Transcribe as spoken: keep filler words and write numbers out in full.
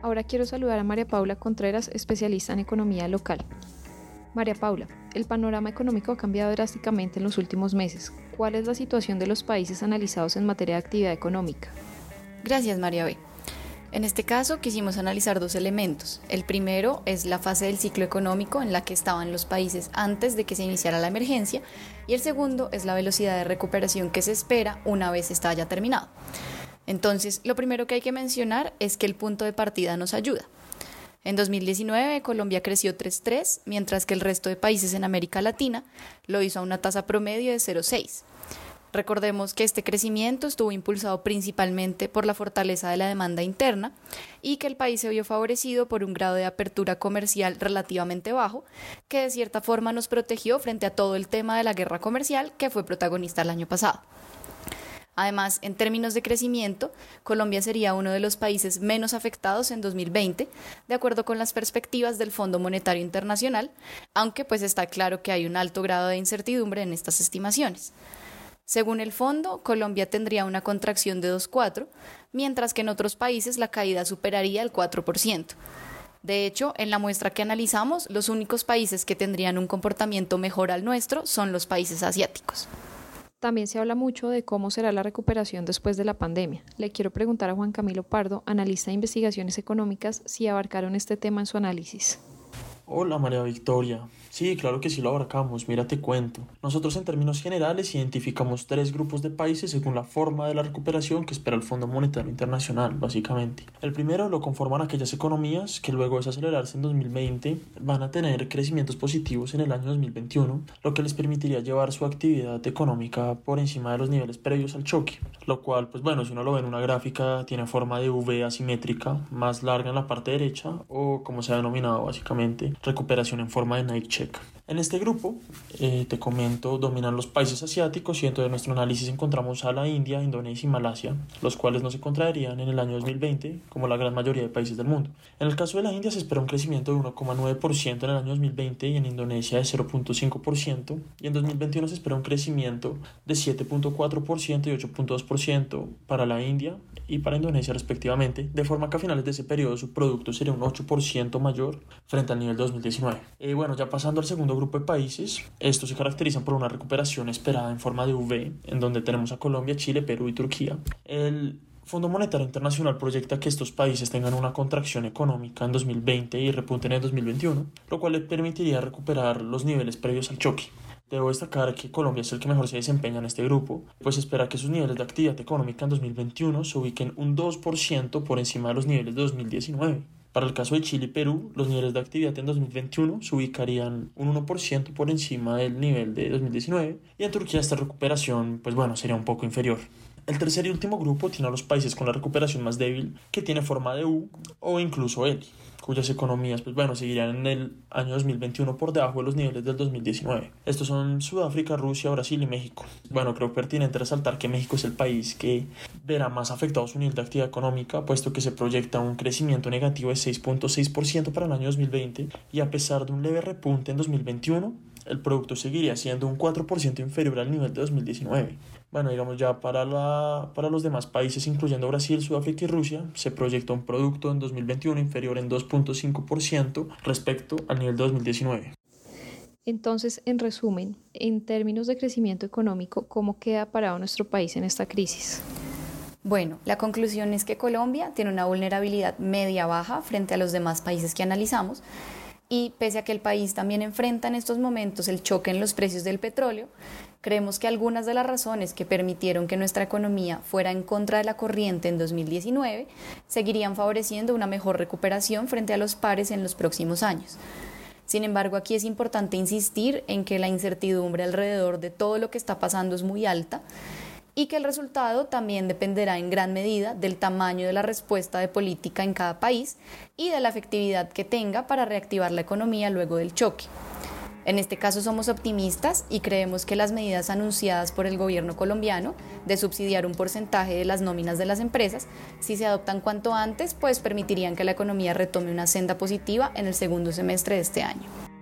Ahora quiero saludar a María Paula Contreras, especialista en economía local. María Paula, el panorama económico ha cambiado drásticamente en los últimos meses. ¿Cuál es la situación de los países analizados en materia de actividad económica? Gracias, María B. En este caso quisimos analizar dos elementos. El primero es la fase del ciclo económico en la que estaban los países antes de que se iniciara la emergencia, y el segundo es la velocidad de recuperación que se espera una vez esta haya terminado. Entonces, lo primero que hay que mencionar es que el punto de partida nos ayuda. En dos mil diecinueve, Colombia creció tres punto tres, mientras que el resto de países en América Latina lo hizo a una tasa promedio de cero punto seis. Recordemos que este crecimiento estuvo impulsado principalmente por la fortaleza de la demanda interna y que el país se vio favorecido por un grado de apertura comercial relativamente bajo, que de cierta forma nos protegió frente a todo el tema de la guerra comercial que fue protagonista el año pasado. Además, en términos de crecimiento, Colombia sería uno de los países menos afectados en dos mil veinte, de acuerdo con las perspectivas del Fondo Monetario Internacional, aunque pues está claro que hay un alto grado de incertidumbre en estas estimaciones. Según el fondo, Colombia tendría una contracción de dos punto cuatro, mientras que en otros países la caída superaría el cuatro por ciento. De hecho, en la muestra que analizamos, los únicos países que tendrían un comportamiento mejor al nuestro son los países asiáticos. También se habla mucho de cómo será la recuperación después de la pandemia. Le quiero preguntar a Juan Camilo Pardo, analista de investigaciones económicas, si abarcaron este tema en su análisis. Hola María Victoria. Sí, claro que sí lo abarcamos, mira te cuento. Nosotros en términos generales identificamos tres grupos de países según la forma de la recuperación que espera el Fondo Monetario Internacional, básicamente. El primero lo conforman aquellas economías que luego de desacelerarse en dos mil veinte van a tener crecimientos positivos en el año dos mil veintiuno, lo que les permitiría llevar su actividad económica por encima de los niveles previos al choque, lo cual, pues bueno, si uno lo ve en una gráfica, tiene forma de V asimétrica, más larga en la parte derecha, o como se ha denominado básicamente, recuperación en forma de Nike check. En este grupo, eh, te comento, dominan los países asiáticos y dentro de nuestro análisis encontramos a la India, Indonesia y Malasia, los cuales no se contraerían en el año dos mil veinte como la gran mayoría de países del mundo. En el caso de la India se espera un crecimiento de uno coma nueve por ciento en el año dos mil veinte y en Indonesia de cero punto cinco por ciento, y en dos mil veintiuno se espera un crecimiento de siete punto cuatro por ciento y ocho punto dos por ciento para la India y para Indonesia respectivamente, de forma que a finales de ese periodo su producto sería un ocho por ciento mayor frente al nivel de dos mil diecinueve. Eh, bueno, ya pasando al segundo grupo de países, estos se caracterizan por una recuperación esperada en forma de V, en donde tenemos a Colombia, Chile, Perú y Turquía. El Fondo Monetario Internacional proyecta que estos países tengan una contracción económica en dos mil veinte y repunten en dos mil veintiuno, lo cual les permitiría recuperar los niveles previos al choque. Debo destacar que Colombia es el que mejor se desempeña en este grupo, pues espera que sus niveles de actividad económica en dos mil veintiuno se ubiquen un dos por ciento por encima de los niveles de dos mil diecinueve. Para el caso de Chile y Perú, los niveles de actividad en dos mil veintiuno se ubicarían un uno por ciento por encima del nivel de dos mil diecinueve, y en Turquía esta recuperación, pues bueno, sería un poco inferior. El tercer y último grupo tiene a los países con la recuperación más débil, que tiene forma de U o incluso L, cuyas economías, pues bueno, seguirían en el año dos mil veintiuno por debajo de los niveles del dos mil diecinueve. Estos son Sudáfrica, Rusia, Brasil y México. Bueno, creo pertinente resaltar que México es el país que verá más afectado su nivel de actividad económica, puesto que se proyecta un crecimiento negativo de seis punto seis por ciento para el año dos mil veinte, y a pesar de un leve repunte en dos mil veintiuno, el producto seguiría siendo un cuatro por ciento inferior al nivel de dos mil diecinueve. Bueno, digamos ya para, la, para los demás países, incluyendo Brasil, Sudáfrica y Rusia, se proyecta un producto en dos mil veintiuno inferior en dos punto cinco por ciento respecto al nivel de dos mil diecinueve. Entonces, en resumen, en términos de crecimiento económico, ¿cómo queda parado nuestro país en esta crisis? Bueno, la conclusión es que Colombia tiene una vulnerabilidad media-baja frente a los demás países que analizamos, y pese a que el país también enfrenta en estos momentos el choque en los precios del petróleo, creemos que algunas de las razones que permitieron que nuestra economía fuera en contra de la corriente en dos mil diecinueve seguirían favoreciendo una mejor recuperación frente a los pares en los próximos años. Sin embargo, aquí es importante insistir en que la incertidumbre alrededor de todo lo que está pasando es muy alta y que el resultado también dependerá en gran medida del tamaño de la respuesta de política en cada país y de la efectividad que tenga para reactivar la economía luego del choque. En este caso somos optimistas y creemos que las medidas anunciadas por el gobierno colombiano de subsidiar un porcentaje de las nóminas de las empresas, si se adoptan cuanto antes, pues permitirían que la economía retome una senda positiva en el segundo semestre de este año.